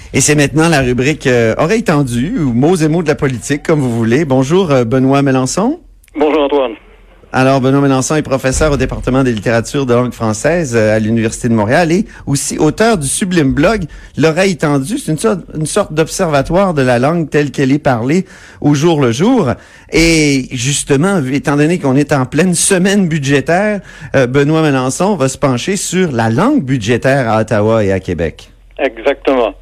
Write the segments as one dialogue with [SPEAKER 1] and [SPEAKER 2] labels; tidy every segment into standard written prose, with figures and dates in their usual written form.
[SPEAKER 1] Et c'est maintenant la rubrique Oreilles tendues ou mots et mots de la politique, comme vous voulez. Bonjour, Benoît Mélenchon.
[SPEAKER 2] Bonjour, Antoine.
[SPEAKER 1] Alors, Benoît Mélenchon est professeur au département des littératures de langue française à l'Université de Montréal et aussi auteur du sublime blog L'Oreille tendue. C'est une sorte d'observatoire de la langue telle qu'elle est parlée au jour le jour. Et justement, étant donné qu'on est en pleine semaine budgétaire, Benoît Mélenchon va se pencher sur la langue budgétaire à Ottawa et à Québec.
[SPEAKER 2] Exactement.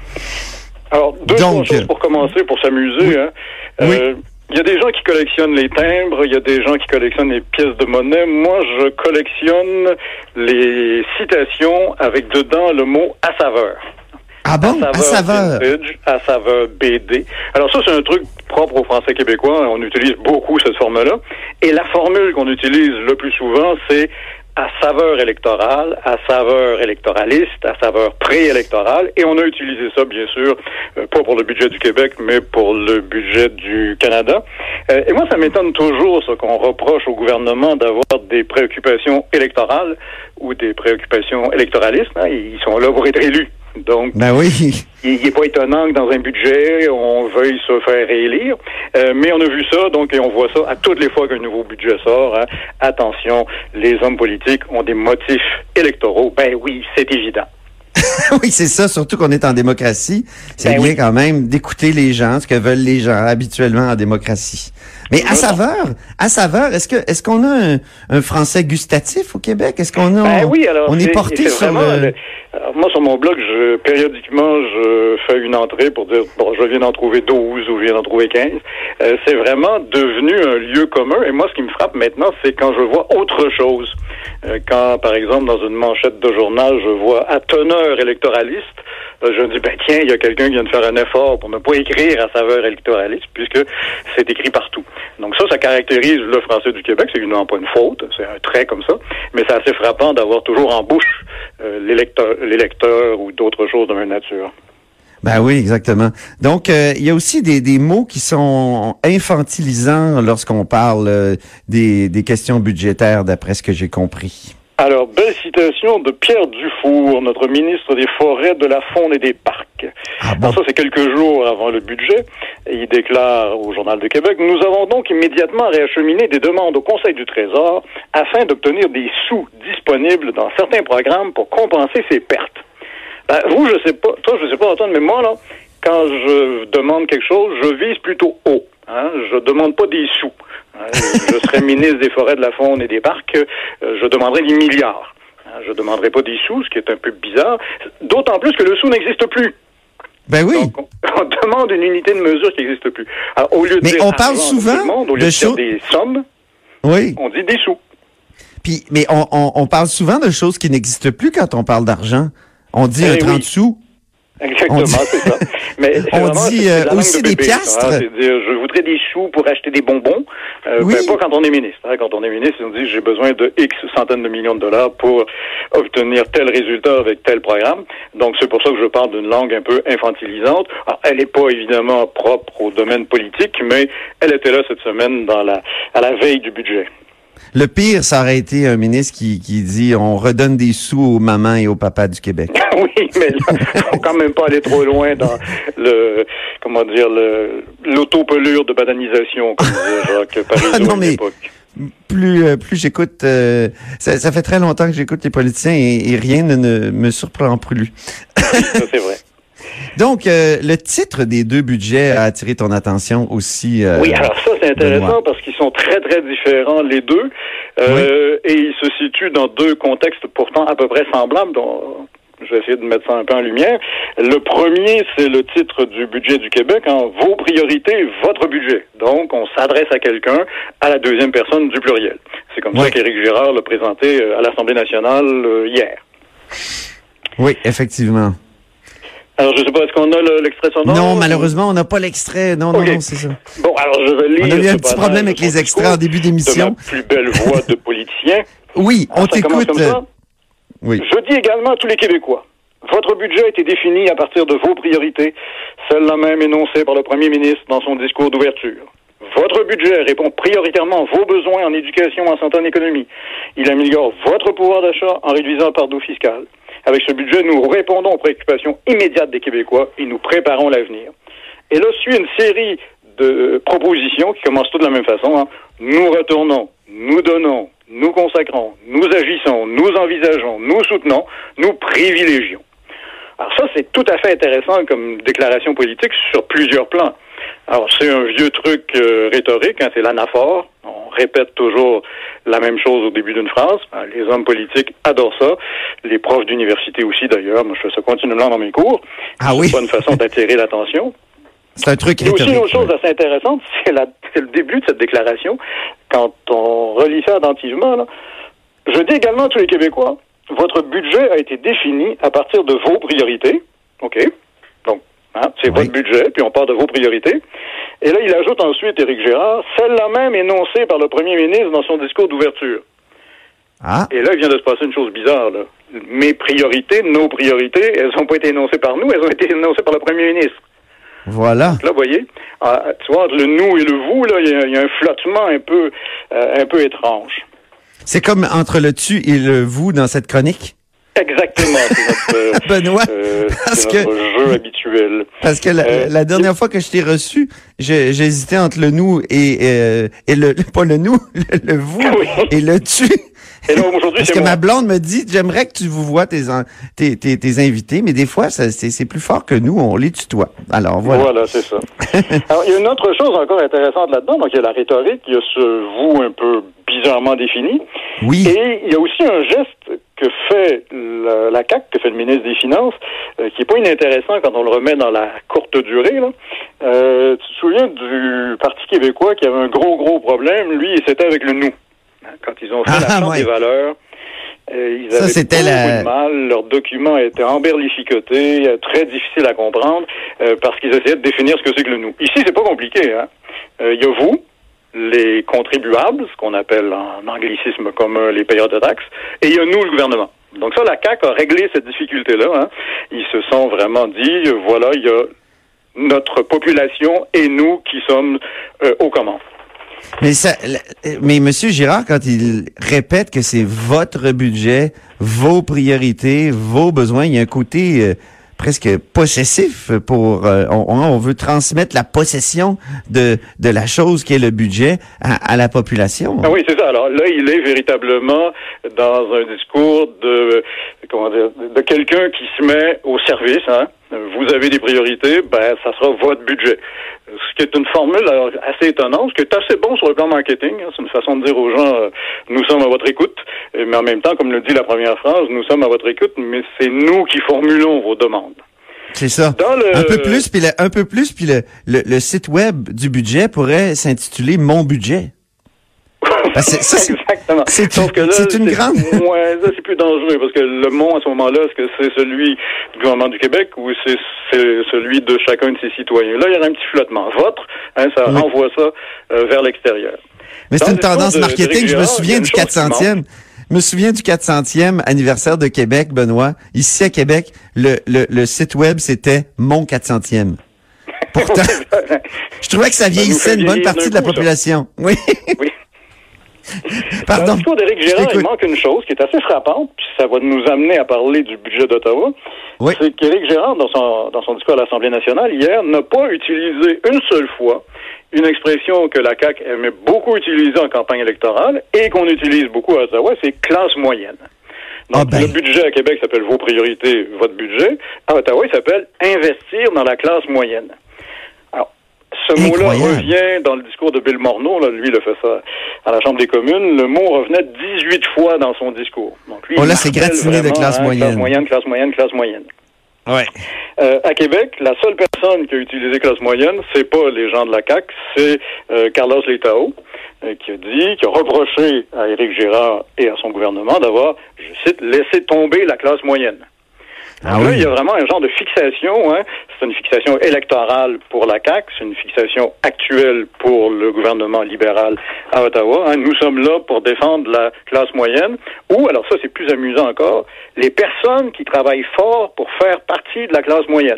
[SPEAKER 2] Alors, deux choses pour commencer, pour s'amuser.
[SPEAKER 1] Oui.
[SPEAKER 2] Hein.
[SPEAKER 1] Oui.
[SPEAKER 2] Il y a des gens qui collectionnent les timbres, il y a des gens qui collectionnent les pièces de monnaie. Moi, je collectionne les citations avec dedans le mot « à saveur ».
[SPEAKER 1] Ah bon? À saveur.
[SPEAKER 2] Vintage, à saveur BD. Alors ça, c'est un truc propre aux Français québécois. On utilise beaucoup cette forme-là. Et la formule qu'on utilise le plus souvent, c'est à saveur électorale, à saveur électoraliste, à saveur préélectorale. Et on a utilisé ça, bien sûr, pas pour le budget du Québec, mais pour le budget du Canada. Et moi, ça m'étonne toujours, ce qu'on reproche au gouvernement d'avoir des préoccupations électorales ou des préoccupations électoralistes. Hein. Ils sont là pour être élus. Donc,
[SPEAKER 1] ben oui.
[SPEAKER 2] Il n'est pas étonnant que dans un budget, on veuille se faire réélire. Mais on a vu ça, donc, et on voit ça à toutes les fois qu'un nouveau budget sort. Hein. Attention, les hommes politiques ont des motifs électoraux. Ben oui, c'est évident.
[SPEAKER 1] Oui, c'est ça, surtout qu'on est en démocratie. C'est bien quand même d'écouter les gens, ce que veulent les gens habituellement en démocratie. Mais à saveur, est-ce qu'on a un français gustatif au Québec? Est-ce qu'on a on est porté sur
[SPEAKER 2] moi, sur mon blog, périodiquement, je fais une entrée pour dire, bon, je viens d'en trouver 12 ou je viens d'en trouver 15. C'est vraiment devenu un lieu commun. Et moi, ce qui me frappe maintenant, c'est quand je vois autre chose. Quand, par exemple, dans une manchette de journal, je vois à teneur électoraliste, je me dis, ben tiens, il y a quelqu'un qui vient de faire un effort pour ne pas écrire à saveur électoraliste, puisque c'est écrit partout. Donc ça caractérise le français du Québec. C'est évidemment pas une faute, c'est un trait comme ça, mais c'est assez frappant d'avoir toujours en bouche l'électeur ou d'autres choses de même nature.
[SPEAKER 1] Ben oui, exactement. Donc, il y a aussi des mots qui sont infantilisants lorsqu'on parle des questions budgétaires, d'après ce que j'ai compris.
[SPEAKER 2] Alors, belle citation de Pierre Dufour, notre ministre des Forêts, de la Faune et des Parcs.
[SPEAKER 1] Ah bon?
[SPEAKER 2] Alors ça, c'est quelques jours avant le budget. Et il déclare au Journal de Québec, « Nous avons donc immédiatement réacheminé des demandes au Conseil du Trésor afin d'obtenir des sous disponibles dans certains programmes pour compenser ces pertes. » Ben, vous, je sais pas, Antoine, mais moi, là, quand je demande quelque chose, je vise plutôt haut. Hein? Je demande pas des sous. Je serais ministre des Forêts, de la Faune et des Parcs, je demanderais des milliards. Je demanderais pas des sous, ce qui est un peu bizarre, d'autant plus que le sou n'existe plus.
[SPEAKER 1] Ben oui.
[SPEAKER 2] Donc, on demande une unité de mesure qui n'existe plus. Alors, au lieu de dire
[SPEAKER 1] on parle souvent
[SPEAKER 2] au lieu de dire des sommes,
[SPEAKER 1] oui.
[SPEAKER 2] On dit des sous.
[SPEAKER 1] Puis, mais on parle souvent de choses qui n'existent plus quand on parle d'argent. On dit un 30 sous.
[SPEAKER 2] Exactement, c'est ça. Mais
[SPEAKER 1] on dit aussi des piastres.
[SPEAKER 2] Hein, c'est dire, je voudrais des sous pour acheter des bonbons.
[SPEAKER 1] Oui.
[SPEAKER 2] Ben, pas quand on est ministre. Hein. Quand on est ministre, on dit j'ai besoin de X centaines de millions de dollars pour obtenir tel résultat avec tel programme. Donc c'est pour ça que je parle d'une langue un peu infantilisante. Alors, elle n'est pas évidemment propre au domaine politique, mais elle était là cette semaine à la veille du budget.
[SPEAKER 1] Le pire, ça aurait été un ministre qui dit on redonne des sous aux mamans et aux papas du Québec.
[SPEAKER 2] Oui, mais là, faut quand même pas aller trop loin dans l'autopelure de bananisation, comme disait Jacques Parizeau à l'époque.
[SPEAKER 1] Plus j'écoute, ça fait très longtemps que j'écoute les politiciens et rien ne me surprend plus.
[SPEAKER 2] Ça, c'est vrai.
[SPEAKER 1] Donc, le titre des deux budgets a attiré ton attention aussi.
[SPEAKER 2] Oui, alors ça, c'est intéressant parce qu'ils sont très, très différents, les deux. Et ils se situent dans deux contextes pourtant à peu prais semblables. Donc, je vais essayer de mettre ça un peu en lumière. Le premier, c'est le titre du budget du Québec, hein, « Vos priorités, votre budget ». Donc, on s'adresse à quelqu'un, à la deuxième personne du pluriel. C'est comme ça qu'Éric Girard l'a présenté à l'Assemblée nationale hier.
[SPEAKER 1] Oui, effectivement.
[SPEAKER 2] Alors, je sais pas, est-ce qu'on a l'extrait sonore?
[SPEAKER 1] Non, malheureusement, on n'a pas l'extrait. Non, c'est ça.
[SPEAKER 2] Bon, alors, je vais lire.
[SPEAKER 1] On a eu un petit problème avec les extraits en début d'émission.
[SPEAKER 2] De ma plus belle voix de politicien.
[SPEAKER 1] Oui, on t'écoute.
[SPEAKER 2] Oui. Je dis également à tous les Québécois, votre budget a été défini à partir de vos priorités, celles-là même énoncées par le premier ministre dans son discours d'ouverture. Votre budget répond prioritairement à vos besoins en éducation, en santé, en économie. Il améliore votre pouvoir d'achat en réduisant le fardeau fiscal. Avec ce budget, nous répondons aux préoccupations immédiates des Québécois et nous préparons l'avenir. Et là suit une série de propositions qui commencent toutes de la même façon. Hein. Nous retournons, nous donnons, nous consacrons, nous agissons, nous envisageons, nous soutenons, nous privilégions. Alors ça, c'est tout à fait intéressant comme déclaration politique sur plusieurs plans. Alors, c'est un vieux truc rhétorique, hein, c'est l'anaphore. On répète toujours la même chose au début d'une phrase. Les hommes politiques adorent ça. Les profs d'université aussi, d'ailleurs. Moi, je fais ça continuellement dans mes cours.
[SPEAKER 1] Ah oui?
[SPEAKER 2] C'est pas une façon d'attirer l'attention.
[SPEAKER 1] C'est un truc
[SPEAKER 2] rhétorique. Il y a aussi une autre chose
[SPEAKER 1] ouais.
[SPEAKER 2] assez intéressante, c'est le début de cette déclaration. Quand on relit ça attentivement, là, je dis également à tous les Québécois, votre budget a été défini à partir de vos priorités. OK? Donc, hein, c'est votre budget, puis on part de vos priorités. Et là, il ajoute ensuite, Éric Gérard, celle-là même énoncée par le premier ministre dans son discours d'ouverture.
[SPEAKER 1] Ah.
[SPEAKER 2] Et là, il vient de se passer une chose bizarre, là. Mes priorités, nos priorités, elles n'ont pas été énoncées par nous, elles ont été énoncées par le premier ministre.
[SPEAKER 1] Voilà.
[SPEAKER 2] Donc là, vous voyez, tu vois, entre le nous et le vous, là, il y a un flottement un peu étrange.
[SPEAKER 1] C'est comme entre le tu et le vous dans cette chronique.
[SPEAKER 2] Exactement, c'est notre,
[SPEAKER 1] Benoît,
[SPEAKER 2] c'est notre jeu habituel.
[SPEAKER 1] Parce que la dernière fois que je t'ai reçu, j'hésitais entre le nous et le pas le nous, le vous
[SPEAKER 2] oui.
[SPEAKER 1] et le tu.
[SPEAKER 2] Et là, aujourd'hui,
[SPEAKER 1] parce que ma blonde me dit, j'aimerais que tu vous vois tes invités, mais des fois, c'est plus fort que nous, on les tutoie. Alors, voilà.
[SPEAKER 2] Voilà, c'est ça. Alors, il y a une autre chose encore intéressante là-dedans. Donc, il y a la rhétorique, il y a ce vous un peu bizarrement défini.
[SPEAKER 1] Oui.
[SPEAKER 2] Et il y a aussi un geste que fait la CAQ, que fait le ministre des Finances, qui est pas inintéressant quand on le remet dans la courte durée, là. Tu te souviens du Parti québécois qui avait un gros problème, lui, c'était avec le nous. Quand ils ont fait la Charte des valeurs, ils avaient beaucoup de mal. Leur document était emberlificoté, très difficile à comprendre, parce qu'ils essayaient de définir ce que c'est que le nous. Ici, c'est pas compliqué. Hein. Il y a vous, les contribuables, ce qu'on appelle en anglicisme commun les payeurs de taxes, et il y a nous, le gouvernement. Donc ça, la CAQ a réglé cette difficulté-là. Hein. Ils se sont vraiment dit, voilà, il y a notre population et nous qui sommes aux commandes.
[SPEAKER 1] Mais Monsieur Girard, quand il répète que c'est votre budget, vos priorités, vos besoins, il y a un côté presque possessif pour on veut transmettre la possession de la chose qui est le budget à la population.
[SPEAKER 2] Ah oui, c'est ça. Alors là, il est véritablement dans un discours de quelqu'un qui se met au service, hein. Vous avez des priorités, ben ça sera votre budget. Ce qui est une formule assez étonnante, ce qui est assez bon sur le plan marketing. Hein. C'est une façon de dire aux gens, nous sommes à votre écoute. Mais en même temps, comme le dit la première phrase, nous sommes à votre écoute, mais c'est nous qui formulons vos demandes.
[SPEAKER 1] C'est ça. Un peu plus, puis le site web du budget pourrait s'intituler Mon budget.
[SPEAKER 2] Exactement.
[SPEAKER 1] Sauf que là, c'est une grande.
[SPEAKER 2] Ouais, là, c'est plus dangereux parce que le mot à ce moment-là, est-ce que c'est celui du gouvernement du Québec ou c'est celui de chacun de ses citoyens? Là, il y a un petit flottement. Votre, hein, ça renvoie ça vers l'extérieur.
[SPEAKER 1] Mais c'est une tendance marketing. Je me souviens du 400e. Je me souviens du 400e anniversaire de Québec, Benoît. Ici à Québec, le site web, c'était Mon 400e. Pourtant, je trouvais que ça vieillissait une bonne partie de la population. Ça. Oui. Pardon.
[SPEAKER 2] Dans le discours d'Éric Gérard, il manque une chose qui est assez frappante, puis ça va nous amener à parler du budget d'Ottawa. Oui. C'est qu'Éric Gérard, dans son discours à l'Assemblée nationale hier, n'a pas utilisé une seule fois une expression que la CAQ aimait beaucoup utiliser en campagne électorale et qu'on utilise beaucoup à Ottawa, c'est classe moyenne. Donc, le budget à Québec s'appelle vos priorités, votre budget. À Ottawa, il s'appelle investir dans la classe moyenne. Ce mot-là revient dans le discours de Bill Morneau, là, lui, il a fait ça à la Chambre des communes. Le mot revenait 18 fois dans son discours. Donc, lui,
[SPEAKER 1] là, c'est gratiné de classe moyenne.
[SPEAKER 2] Classe moyenne.
[SPEAKER 1] Ouais.
[SPEAKER 2] À Québec, la seule personne qui a utilisé classe moyenne, c'est pas les gens de la CAQ, c'est Carlos Letao, qui a reproché à Éric Gérard et à son gouvernement d'avoir, je cite, laissé tomber la classe moyenne. Donc là, il y a vraiment un genre de fixation. Hein. C'est une fixation électorale pour la CAQ, c'est une fixation actuelle pour le gouvernement libéral à Ottawa. Hein. Nous sommes là pour défendre la classe moyenne, ou, alors ça c'est plus amusant encore, les personnes qui travaillent fort pour faire partie de la classe moyenne.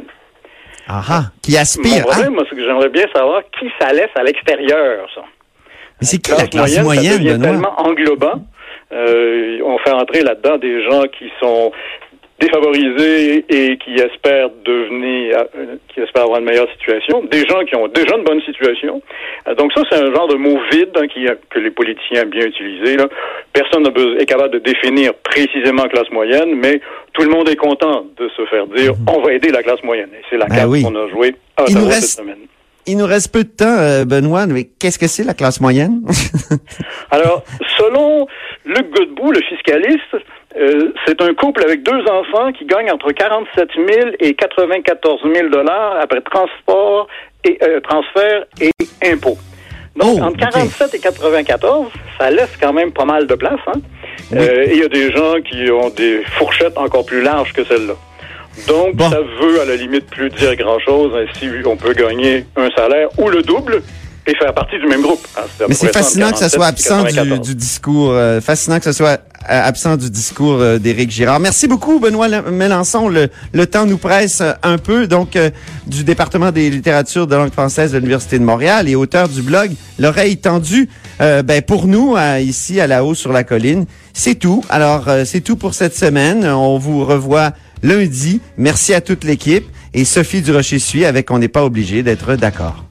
[SPEAKER 1] Qui aspirent.
[SPEAKER 2] Mon problème, moi, c'est que j'aimerais bien savoir qui ça laisse à l'extérieur, ça.
[SPEAKER 1] Mais c'est qui la classe moyenne,
[SPEAKER 2] ça devient tellement englobant. On fait entrer là-dedans des gens qui sont défavorisés et qui espèrent avoir une meilleure situation, des gens qui ont déjà une bonne situation. Donc ça, c'est un genre de mot vide que les politiciens aiment bien utiliser. Là. Personne n'est capable de définir précisément classe moyenne, mais tout le monde est content de se faire dire on va aider la classe moyenne. Et c'est la carte qu'on a jouée à Ottawa cette semaine.
[SPEAKER 1] Il nous reste peu de temps, Benoît, mais qu'est-ce que c'est la classe moyenne?
[SPEAKER 2] Alors, selon Luc Godbout, le fiscaliste, c'est un couple avec 2 enfants qui gagne entre 47 000 et 94 000 $ après transfert et impôts. Donc, entre 47 et 94, ça laisse quand même pas mal de place. Hein? Oui. Et il y a des gens qui ont des fourchettes encore plus larges que celle-là. Donc, ça veut à la limite plus dire grand-chose. Si on peut gagner un salaire ou le double et faire partie du même groupe. Hein,
[SPEAKER 1] mais c'est fascinant que ça soit absent du discours. Fascinant que ça soit absent du discours d'Éric Girard. Merci beaucoup, Benoît Mélençon. Le temps nous presse un peu. Donc, du département des littératures de langue française de l'Université de Montréal et auteur du blog L'oreille tendue. Pour nous, ici à La Haut sur la colline, c'est tout. Alors, c'est tout pour cette semaine. On vous revoit lundi. Merci à toute l'équipe. Et Sophie Durocher suit avec On n'est pas obligé d'être d'accord.